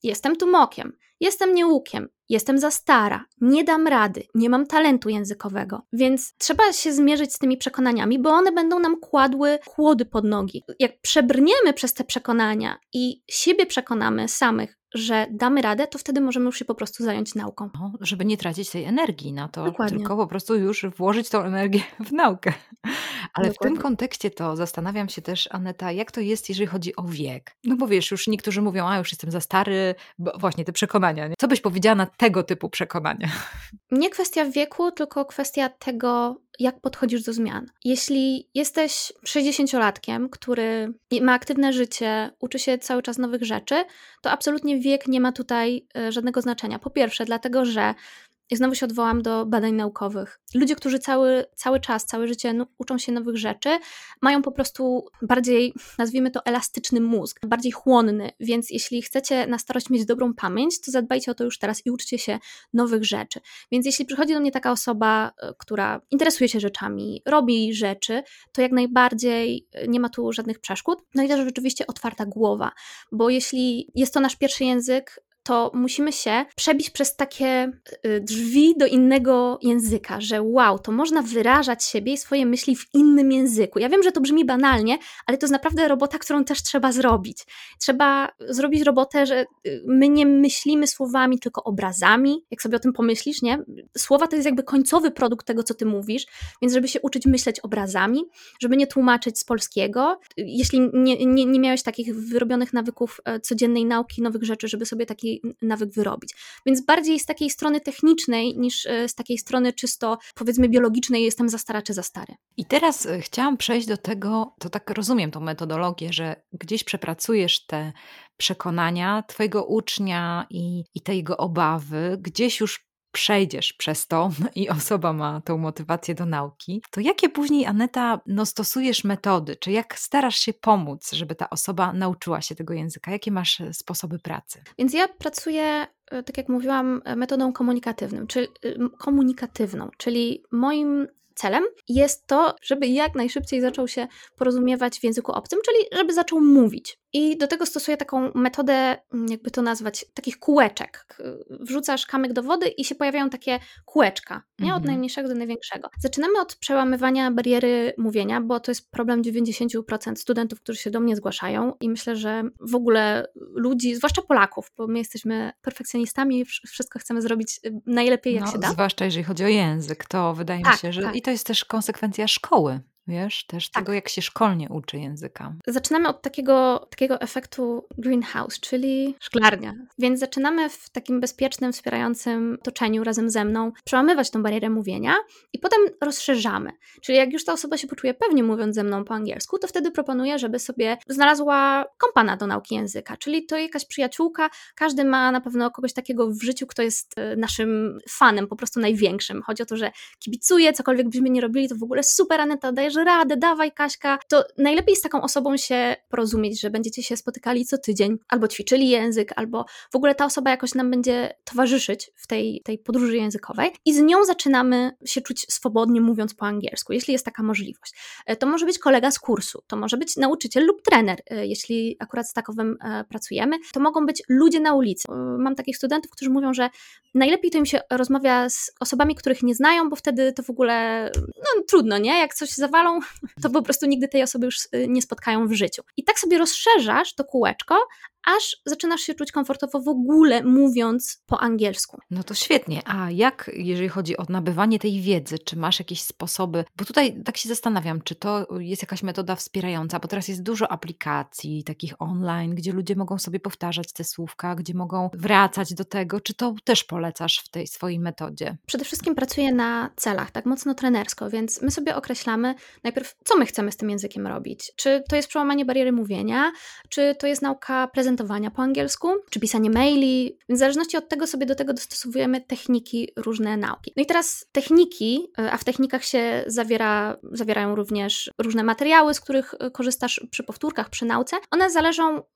jestem tumokiem, jestem nieukiem, jestem za stara, nie dam rady, nie mam talentu językowego. Więc trzeba się zmierzyć z tymi przekonaniami, bo one będą nam kładły kłody pod nogi. Jak przebrniemy przez te przekonania i siebie przekonamy samych, że damy radę, to wtedy możemy już się po prostu zająć nauką. No, żeby nie tracić tej energii na to, Dokładnie. tylko po prostu już włożyć tą energię w naukę. Ale Dokładnie. w tym kontekście to zastanawiam się też, Aneta, jak to jest, jeżeli chodzi o wiek? No bo wiesz, już niektórzy mówią, a już jestem za stary, bo właśnie te przekonania. Nie? Co byś powiedziała na tego typu przekonania? Nie kwestia wieku, tylko kwestia tego, jak podchodzisz do zmian. Jeśli jesteś sześćdziesięciolatkiem, który ma aktywne życie, uczy się cały czas nowych rzeczy, to absolutnie wiek nie ma tutaj żadnego znaczenia. Po pierwsze, dlatego, że i znowu się odwołam do badań naukowych. Ludzie, którzy cały, cały czas, całe życie no, uczą się nowych rzeczy, mają po prostu bardziej, nazwijmy to, elastyczny mózg, bardziej chłonny, więc jeśli chcecie na starość mieć dobrą pamięć, to zadbajcie o to już teraz i uczcie się nowych rzeczy. Więc jeśli przychodzi do mnie taka osoba, która interesuje się rzeczami, robi rzeczy, to jak najbardziej nie ma tu żadnych przeszkód. No i też rzeczywiście otwarta głowa, bo jeśli jest to nasz pierwszy język, to musimy się przebić przez takie drzwi do innego języka, że wow, to można wyrażać siebie i swoje myśli w innym języku. Ja wiem, że to brzmi banalnie, ale to jest naprawdę robota, którą też trzeba zrobić. Trzeba zrobić robotę, że my nie myślimy słowami, tylko obrazami. Jak sobie o tym pomyślisz, nie? Słowa to jest jakby końcowy produkt tego, co ty mówisz, więc żeby się uczyć myśleć obrazami, żeby nie tłumaczyć z polskiego. Jeśli nie, nie, nie miałeś takich wyrobionych nawyków codziennej nauki, nowych rzeczy, żeby sobie taki nawyk wyrobić. Więc bardziej z takiej strony technicznej niż z takiej strony czysto, powiedzmy, biologicznej, jestem za stara czy za stary. I teraz chciałam przejść do tego, to tak rozumiem tą metodologię, że gdzieś przepracujesz te przekonania twojego ucznia i, i te jego obawy, gdzieś już przejdziesz przez to i osoba ma tą motywację do nauki, to jakie później, Aneta, no, stosujesz metody? Czy jak starasz się pomóc, żeby ta osoba nauczyła się tego języka? Jakie masz sposoby pracy? Więc ja pracuję, tak jak mówiłam, metodą komunikatywną, czyli, komunikatywną, czyli moim celem jest to, żeby jak najszybciej zaczął się porozumiewać w języku obcym, czyli żeby zaczął mówić. I do tego stosuję taką metodę, jakby to nazwać, takich kółeczek. Wrzucasz kamyk do wody i się pojawiają takie kółeczka, nie? Od Mhm. najmniejszego do największego. Zaczynamy od przełamywania bariery mówienia, bo to jest problem dziewięćdziesiąt procent studentów, którzy się do mnie zgłaszają i myślę, że w ogóle ludzi, zwłaszcza Polaków, bo my jesteśmy perfekcjonistami, wszystko chcemy zrobić najlepiej, jak No, się da. zwłaszcza jeżeli chodzi o język, to wydaje mi Tak, się, że tak. i to jest też konsekwencja szkoły. Wiesz, też Tak. tego, jak się szkolnie uczy języka. Zaczynamy od takiego, takiego efektu greenhouse, czyli szklarnia. Więc zaczynamy w takim bezpiecznym, wspierającym otoczeniu razem ze mną przełamywać tą barierę mówienia i potem rozszerzamy. Czyli jak już ta osoba się poczuje pewnie mówiąc ze mną po angielsku, to wtedy proponuję, żeby sobie znalazła kompana do nauki języka, czyli to jakaś przyjaciółka. Każdy ma na pewno kogoś takiego w życiu, kto jest naszym fanem, po prostu największym. Chodzi o to, że kibicuje, cokolwiek byśmy nie robili, to w ogóle super, Aneta, dajesz radę, dawaj Kaśka. To najlepiej z taką osobą się porozumieć, że będziecie się spotykali co tydzień, albo ćwiczyli język, albo w ogóle ta osoba jakoś nam będzie towarzyszyć w tej, tej podróży językowej i z nią zaczynamy się czuć swobodnie mówiąc po angielsku, jeśli jest taka możliwość. To może być kolega z kursu, to może być nauczyciel lub trener, jeśli akurat z takowym pracujemy. To mogą być ludzie na ulicy. Mam takich studentów, którzy mówią, że najlepiej to im się rozmawia z osobami, których nie znają, bo wtedy to w ogóle no trudno, nie? Jak coś zawalą, to po prostu nigdy tej osoby już nie spotkają w życiu. I tak sobie rozszerzasz to kółeczko, aż zaczynasz się czuć komfortowo w ogóle mówiąc po angielsku. No to świetnie. A jak, jeżeli chodzi o nabywanie tej wiedzy, czy masz jakieś sposoby? Bo tutaj tak się zastanawiam, czy to jest jakaś metoda wspierająca, bo teraz jest dużo aplikacji takich online, gdzie ludzie mogą sobie powtarzać te słówka, gdzie mogą wracać do tego. Czy to też polecasz w tej swojej metodzie? Przede wszystkim pracuję na celach, tak mocno trenersko, więc my sobie określamy najpierw, co my chcemy z tym językiem robić. Czy to jest przełamanie bariery mówienia, czy to jest nauka prezentowania po angielsku, czy pisanie maili. Więc w zależności od tego sobie do tego dostosowujemy techniki różne nauki. No i teraz techniki, a w technikach się zawiera, zawierają również różne materiały, z których korzystasz przy powtórkach, przy nauce. One zależą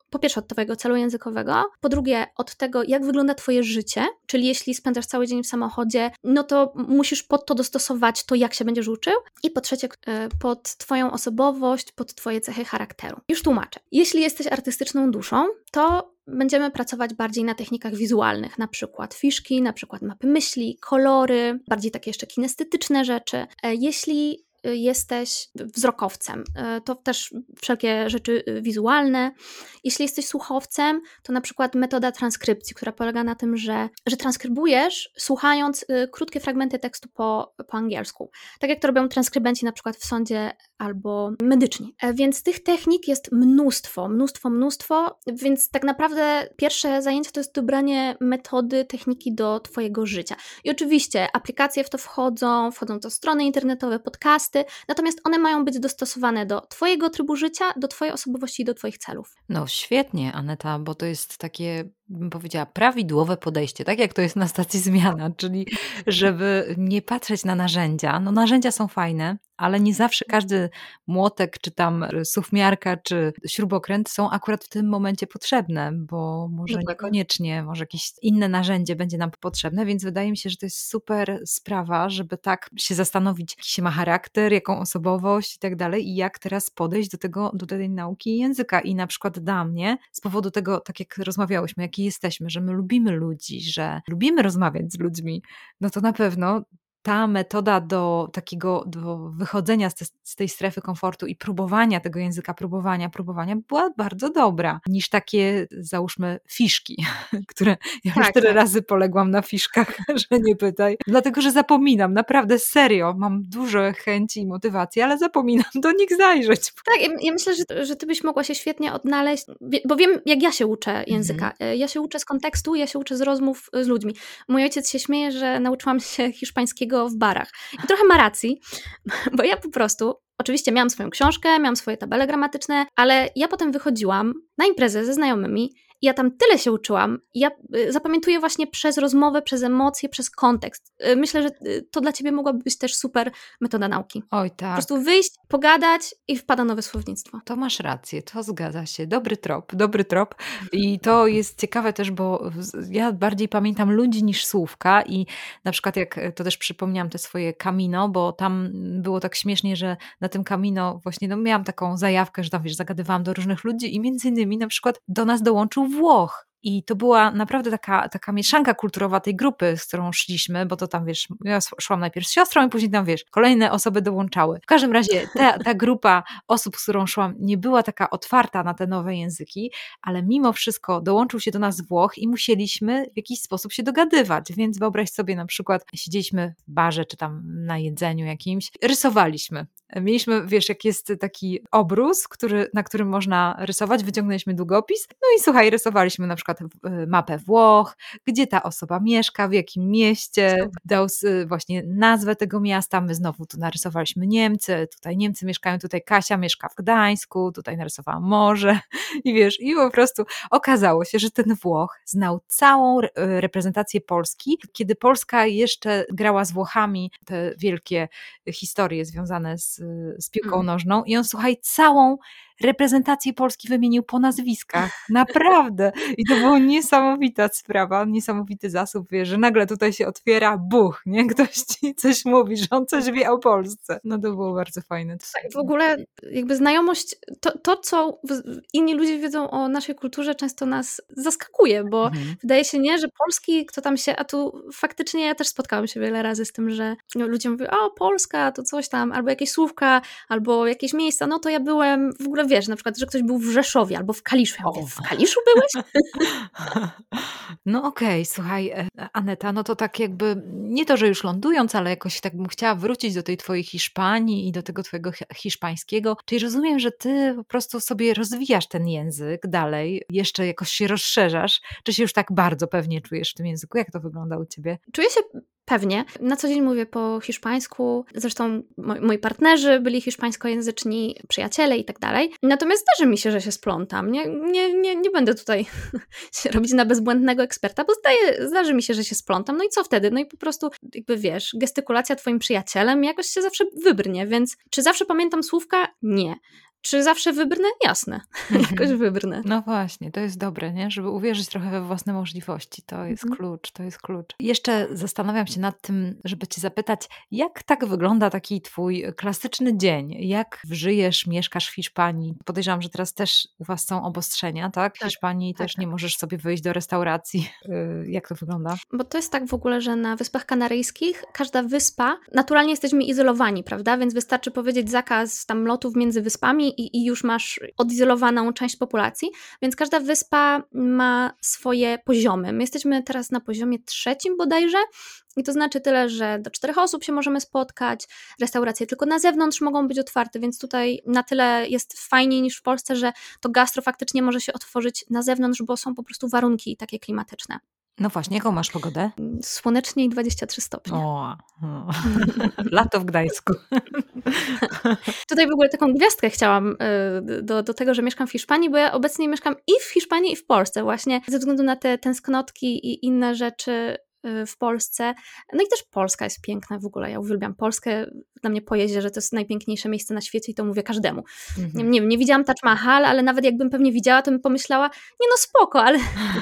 po pierwsze od twojego celu językowego, po drugie od tego, jak wygląda twoje życie, czyli jeśli spędzasz cały dzień w samochodzie, no to musisz pod to dostosować to, jak się będziesz uczył, i po trzecie pod twoją osobowość, pod twoje cechy charakteru. Już tłumaczę. Jeśli jesteś artystyczną duszą, to będziemy pracować bardziej na technikach wizualnych, na przykład fiszki, na przykład mapy myśli, kolory, bardziej takie jeszcze kinestetyczne rzeczy. Jeśli jesteś wzrokowcem, to też wszelkie rzeczy wizualne. Jeśli jesteś słuchowcem, to na przykład metoda transkrypcji, która polega na tym, że, że transkrybujesz, słuchając krótkie fragmenty tekstu po, po angielsku. Tak jak to robią transkrybenci na przykład w sądzie albo medyczni. Więc tych technik jest mnóstwo, mnóstwo, mnóstwo, więc tak naprawdę pierwsze zajęcie to jest dobranie metody, techniki do twojego życia. I oczywiście aplikacje w to wchodzą, wchodzą to strony internetowe, podcasty, natomiast one mają być dostosowane do twojego trybu życia, do twojej osobowości i do twoich celów. No świetnie, Aneta, bo to jest takie, bym powiedziała, prawidłowe podejście, tak jak to jest na stacji Zmiana, czyli żeby nie patrzeć na narzędzia. No narzędzia są fajne, ale nie zawsze każdy młotek, czy tam suwmiarka, czy śrubokręt są akurat w tym momencie potrzebne, bo może Dokładnie. niekoniecznie, może jakieś inne narzędzie będzie nam potrzebne, więc wydaje mi się, że to jest super sprawa, żeby tak się zastanowić, jaki się ma charakter, jaką osobowość i tak dalej, i jak teraz podejść do tego, do tej nauki języka. I na przykład dla mnie, z powodu tego, tak jak rozmawiałyśmy, jaki jesteśmy, że my lubimy ludzi, że lubimy rozmawiać z ludźmi, no to na pewno ta metoda do takiego do wychodzenia z, te, z tej strefy komfortu i próbowania tego języka, próbowania, próbowania była bardzo dobra, niż takie, załóżmy, fiszki, które ja Tak, już tyle tak. razy poległam na fiszkach, że nie pytaj, dlatego, że zapominam, naprawdę serio, mam dużo chęci i motywacji, ale zapominam do nich zajrzeć. Tak, ja, ja myślę, że, że ty byś mogła się świetnie odnaleźć, wie- bo wiem, jak ja się uczę języka. Mhm. Ja się uczę z kontekstu, ja się uczę z rozmów z ludźmi. Mój ojciec się śmieje, że nauczyłam się hiszpańskiego w barach. I trochę ma racji, bo ja po prostu, oczywiście miałam swoją książkę, miałam swoje tabele gramatyczne, ale ja potem wychodziłam na imprezę ze znajomymi i ja tam tyle się uczyłam. Ja y, zapamiętuję właśnie przez rozmowę, przez emocje, przez kontekst. Y, Myślę, że y, to dla ciebie mogłaby być też super metoda nauki. Oj Po tak, prostu wyjść, pogadać i wpada nowe słownictwo. to masz rację, to zgadza się. Dobry trop, dobry trop. I to jest ciekawe też, bo z- ja bardziej pamiętam ludzi niż słówka i na przykład jak to też przypomniałam te swoje Camino, bo tam było tak śmiesznie, że na tym Camino właśnie no, miałam taką zajawkę, że tam wiesz, zagadywałam do różnych ludzi i między innymi na przykład do nas dołączył Włoch. I to była naprawdę taka, taka mieszanka kulturowa tej grupy, z którą szliśmy, bo to tam, wiesz, ja szłam najpierw z siostrą i później tam, wiesz, kolejne osoby dołączały. W każdym razie ta, ta grupa osób, z którą szłam, nie była taka otwarta na te nowe języki, ale mimo wszystko dołączył się do nas Włoch i musieliśmy w jakiś sposób się dogadywać, więc wyobraź sobie na przykład, siedzieliśmy w barze, czy tam na jedzeniu jakimś, rysowaliśmy. Mieliśmy, wiesz, jak jest taki obrus, który, na którym można rysować, wyciągnęliśmy długopis, no i słuchaj, rysowaliśmy na przykład y, mapę Włoch, gdzie ta osoba mieszka, w jakim mieście, Super. dał y, właśnie nazwę tego miasta, my znowu tu narysowaliśmy Niemcy, tutaj Niemcy mieszkają, tutaj Kasia mieszka w Gdańsku, tutaj narysowałam morze i wiesz, i po prostu okazało się, że ten Włoch znał całą re- reprezentację Polski, kiedy Polska jeszcze grała z Włochami te wielkie historie związane z, z piłką Mm. nożną i on, słuchaj, całą reprezentację Polski wymienił po nazwiskach. Naprawdę. I to była niesamowita sprawa, niesamowity zasób, wiesz, że nagle tutaj się otwiera buch, nie? Ktoś ci coś mówi, że on coś wie o Polsce. No to było bardzo fajne. Tak, w ogóle jakby znajomość, to, to co w- inni ludzie wiedzą o naszej kulturze, często nas zaskakuje, bo Mhm. wydaje się, nie, że Polski, kto tam się, a tu faktycznie ja też spotkałam się wiele razy z tym, że no, ludzie mówią, o Polska, to coś tam, albo jakieś słówka, albo jakieś miejsca, no to ja byłem, w ogóle wiesz, na przykład, że ktoś był w Rzeszowie, albo w Kaliszu, ja mówię, O. w Kaliszu byłeś? No okej, słuchaj, e, Aneta, no to tak jakby, nie to, że już lądując, ale jakoś tak bym chciała wrócić do tej twojej Hiszpanii i do tego twojego hi- hiszpańskiego. Czyli rozumiem, że ty po prostu sobie rozwijasz ten język dalej, jeszcze jakoś się rozszerzasz. Czy się już tak bardzo pewnie czujesz w tym języku? Jak to wygląda u ciebie? Czuję się pewnie. Na co dzień mówię po hiszpańsku. Zresztą moi, moi partnerzy byli hiszpańskojęzyczni, przyjaciele i tak dalej. Natomiast zdarzy mi się, że się splątam. Nie, nie, nie, nie będę tutaj się robić na bezbłędnego eksperta, bo zdaje, zdarzy mi się, że się splątam. No i co wtedy? No i po prostu jakby wiesz, gestykulacja twoim przyjacielem jakoś się zawsze wybrnie, więc czy zawsze pamiętam słówka? Nie. Czy zawsze wybrnę? Jasne, jakoś wybrnę. No właśnie, to jest dobre, nie? Żeby uwierzyć trochę we własne możliwości. To jest Mhm. klucz, to jest klucz. Jeszcze zastanawiam się nad tym, żeby cię zapytać, jak tak wygląda taki twój klasyczny dzień? Jak żyjesz, mieszkasz w Hiszpanii? Podejrzewam, że teraz też u was są obostrzenia, tak? W Tak, Hiszpanii tak, też tak. nie możesz sobie wyjść do restauracji. Y, Jak to wygląda? Bo to jest tak w ogóle, że na Wyspach Kanaryjskich każda wyspa, naturalnie jesteśmy izolowani, prawda? Więc wystarczy powiedzieć zakaz tam lotów między wyspami i, i już masz odizolowaną część populacji. Więc każda wyspa ma swoje poziomy. My jesteśmy teraz na poziomie trzecim bodajże. I to znaczy tyle, że do czterech osób się możemy spotkać, restauracje tylko na zewnątrz mogą być otwarte, więc tutaj na tyle jest fajniej niż w Polsce, że to gastro faktycznie może się otworzyć na zewnątrz, bo są po prostu warunki takie klimatyczne. No właśnie, jaką masz pogodę? Słonecznie i dwadzieścia trzy stopnie. O, o. Lato w Gdańsku. Tutaj w ogóle taką gwiazdkę chciałam y, do, do tego, że mieszkam w Hiszpanii, bo ja obecnie mieszkam i w Hiszpanii, i w Polsce właśnie ze względu na te tęsknotki i inne rzeczy y, w Polsce. No i też Polska jest piękna w ogóle, ja uwielbiam Polskę, dla mnie pojeździe, że to jest najpiękniejsze miejsce na świecie i to mówię każdemu. Mhm. Nie wiem, nie widziałam Taj Mahal, ale nawet jakbym pewnie widziała, to bym pomyślała, nie no spoko, ale,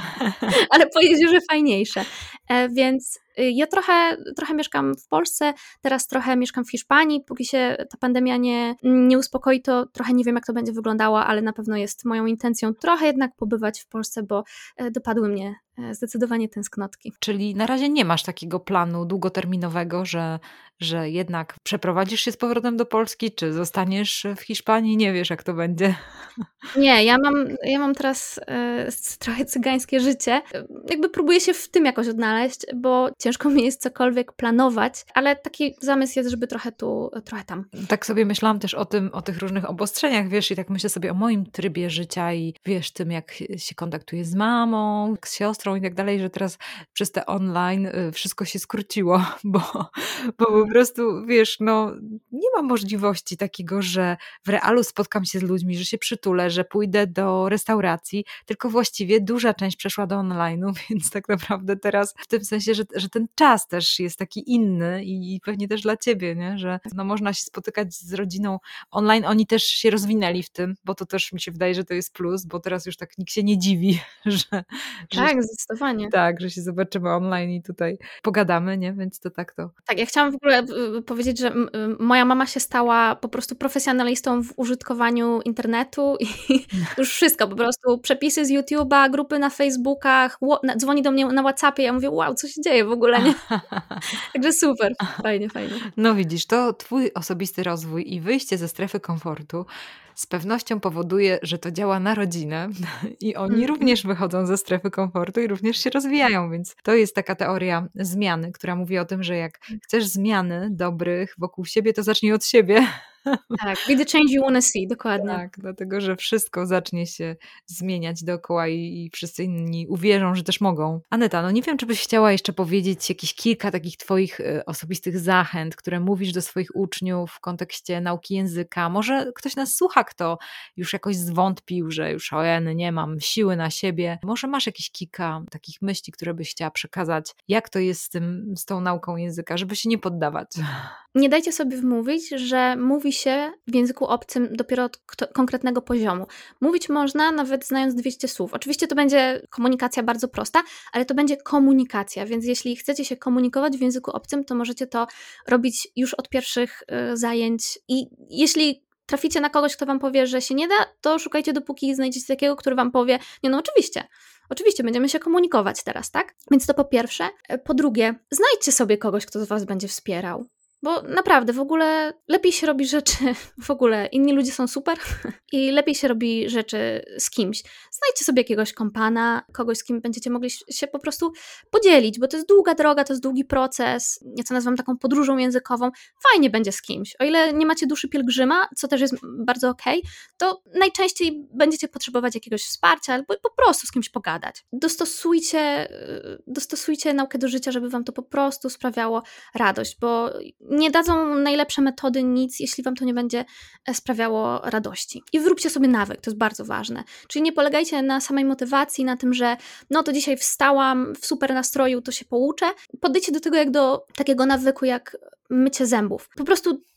ale pojeździe, że fajniejsze. E, więc ja trochę, trochę mieszkam w Polsce, teraz trochę mieszkam w Hiszpanii, póki się ta pandemia nie, nie uspokoi, to trochę nie wiem, jak to będzie wyglądało, ale na pewno jest moją intencją trochę jednak pobywać w Polsce, bo dopadły mnie zdecydowanie tęsknotki. Czyli na razie nie masz takiego planu długoterminowego, że, że jednak przeprowadzisz się z powrotem do Polski, czy zostaniesz w Hiszpanii? Nie wiesz, jak to będzie. Nie, ja mam, ja mam teraz e, trochę cygańskie życie. Jakby próbuję się w tym jakoś odnaleźć, bo ciężko mi jest cokolwiek planować, ale taki zamysł jest, żeby trochę tu, trochę tam. Tak sobie myślałam też o tym, o tych różnych obostrzeniach, wiesz, i tak myślę sobie o moim trybie życia i wiesz, tym jak się kontaktuję z mamą, z siostrą i tak dalej, że teraz przez te online wszystko się skróciło, bo, bo po prostu, wiesz, no nie ma możliwości takiego, że w realu spotkam się z ludźmi, że się przytulę, że pójdę do restauracji, tylko właściwie duża część przeszła do online'u, więc tak naprawdę teraz w tym sensie, że, że ten czas też jest taki inny i pewnie też dla ciebie, nie? Że no można się spotykać z rodziną online, oni też się rozwinęli w tym, bo to też mi się wydaje, że to jest plus, bo teraz już tak nikt się nie dziwi, że... Tak, że zdecydowanie. Tak, że się zobaczymy online i tutaj pogadamy, nie? Więc to tak to... Tak, ja chciałam w ogóle powiedzieć, że moja mama się stała po prostu profesjonalistą w użytkowaniu internetu i już wszystko, po prostu przepisy z YouTube'a, grupy na Facebookach, dzwoni do mnie na WhatsAppie, ja mówię, wow, co się dzieje w ogóle, nie? Także super, fajnie, fajnie. No widzisz, to twój osobisty rozwój i wyjście ze strefy komfortu z pewnością powoduje, że to działa na rodzinę i oni mm. również wychodzą ze strefy komfortu i również się rozwijają, więc to jest taka teoria zmiany, która mówi o tym, że jak chcesz zmiany dobrych wokół siebie, to zacznij od siebie. Tak, be the change you wanna see, dokładnie. Tak, dlatego, że wszystko zacznie się zmieniać dookoła i, i wszyscy inni uwierzą, że też mogą. Aneta, no nie wiem, czy byś chciała jeszcze powiedzieć jakieś kilka takich twoich y, osobistych zachęt, które mówisz do swoich uczniów w kontekście nauki języka. Może ktoś nas słucha, kto już jakoś zwątpił, że już ojej, nie mam siły na siebie. Może masz jakieś kilka takich myśli, które byś chciała przekazać, jak to jest z, tym, z tą nauką języka, żeby się nie poddawać. Nie dajcie sobie wmówić, że mówi się w języku obcym dopiero od konkretnego poziomu. Mówić można nawet znając dwieście słów. Oczywiście to będzie komunikacja bardzo prosta, ale to będzie komunikacja, więc jeśli chcecie się komunikować w języku obcym, to możecie to robić już od pierwszych y, zajęć i jeśli traficie na kogoś, kto wam powie, że się nie da, to szukajcie dopóki znajdziecie takiego, który wam powie, nie no oczywiście, Oczywiście, będziemy się komunikować teraz, tak? Więc to po pierwsze. Po drugie, znajdźcie sobie kogoś, kto was będzie wspierał. Bo naprawdę, w ogóle lepiej się robi rzeczy, w ogóle inni ludzie są super i lepiej się robi rzeczy z kimś. Znajdźcie sobie jakiegoś kompana, kogoś, z kim będziecie mogli się po prostu podzielić, bo to jest długa droga, to jest długi proces, ja to nazywam taką podróżą językową. Fajnie będzie z kimś. O ile nie macie duszy pielgrzyma, co też jest bardzo okej, to najczęściej będziecie potrzebować jakiegoś wsparcia albo po prostu z kimś pogadać. Dostosujcie, dostosujcie naukę do życia, żeby wam to po prostu sprawiało radość, bo nie dadzą najlepsze metody nic, jeśli wam to nie będzie sprawiało radości. I wyróbcie sobie nawyk, to jest bardzo ważne. Czyli nie polegajcie na samej motywacji, na tym, że no to dzisiaj wstałam w super nastroju, to się pouczę. Podejdźcie do tego jak do takiego nawyku, jak mycie zębów. Po prostu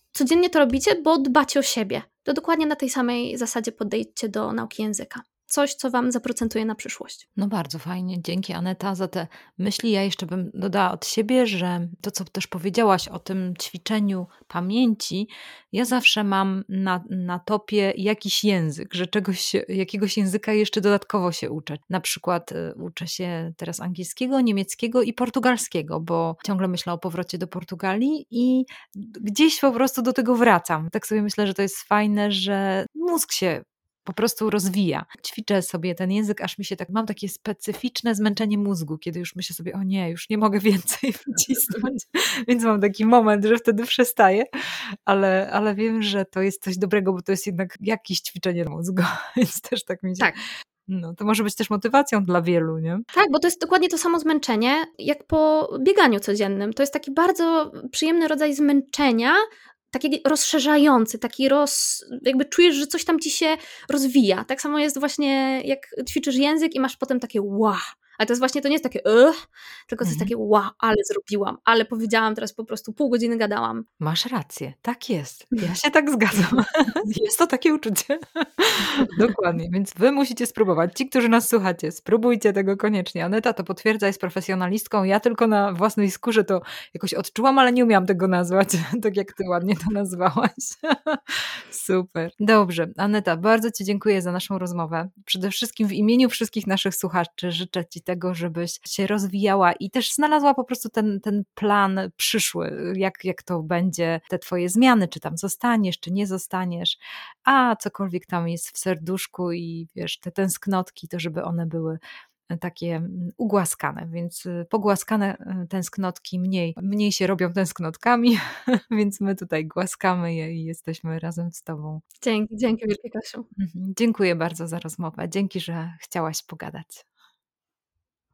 codziennie to robicie, bo dbacie o siebie. To dokładnie na tej samej zasadzie podejdźcie do nauki języka. Coś, co wam zaprocentuje na przyszłość. No bardzo fajnie. Dzięki, Aneta, za te myśli. Ja jeszcze bym dodała od siebie, że to, co też powiedziałaś o tym ćwiczeniu pamięci, ja zawsze mam na, na topie jakiś język, że czegoś, jakiegoś języka jeszcze dodatkowo się uczę. Na przykład y, uczę się teraz angielskiego, niemieckiego i portugalskiego, bo ciągle myślę o powrocie do Portugalii i gdzieś po prostu do tego wracam. Tak sobie myślę, że to jest fajne, że mózg się po prostu rozwija. Ćwiczę sobie ten język, aż mi się tak, mam takie specyficzne zmęczenie mózgu, kiedy już myślę sobie, o nie, już nie mogę więcej wcisnąć, więc mam taki moment, że wtedy przestaję, ale, ale wiem, że to jest coś dobrego, bo to jest jednak jakieś ćwiczenie mózgu, więc też tak mi się... Tak. No, to może być też motywacją dla wielu, nie? Tak, bo to jest dokładnie to samo zmęczenie, jak po bieganiu codziennym. To jest taki bardzo przyjemny rodzaj zmęczenia, taki rozszerzający, taki roz... jakby czujesz, że coś tam ci się rozwija. Tak samo jest właśnie, jak ćwiczysz język i masz potem takie wow. Ale to jest właśnie, to nie jest takie ugh, tylko to jest takie wow, ale zrobiłam, ale powiedziałam, teraz po prostu pół godziny gadałam. Masz rację, tak jest. Ja się tak zgadzam. Jest to takie uczucie. Dokładnie, więc wy musicie spróbować. Ci, którzy nas słuchacie, spróbujcie tego koniecznie. Aneta to potwierdza, jest profesjonalistką. Ja tylko na własnej skórze to jakoś odczułam, ale nie umiałam tego nazwać, tak jak ty ładnie to nazwałaś. Super. Dobrze, Aneta, bardzo ci dziękuję za naszą rozmowę. Przede wszystkim w imieniu wszystkich naszych słuchaczy życzę ci tego, żebyś się rozwijała i też znalazła po prostu ten, ten plan przyszły, jak, jak to będzie, te twoje zmiany, czy tam zostaniesz, czy nie zostaniesz, a cokolwiek tam jest w serduszku i wiesz, te tęsknotki, to żeby one były takie ugłaskane, więc pogłaskane tęsknotki mniej, mniej się robią tęsknotkami, więc my tutaj głaskamy je i jesteśmy razem z tobą. Dzięki, dzięki wielkie, Kasiu. Dziękuję bardzo za rozmowę. Dzięki, że chciałaś pogadać.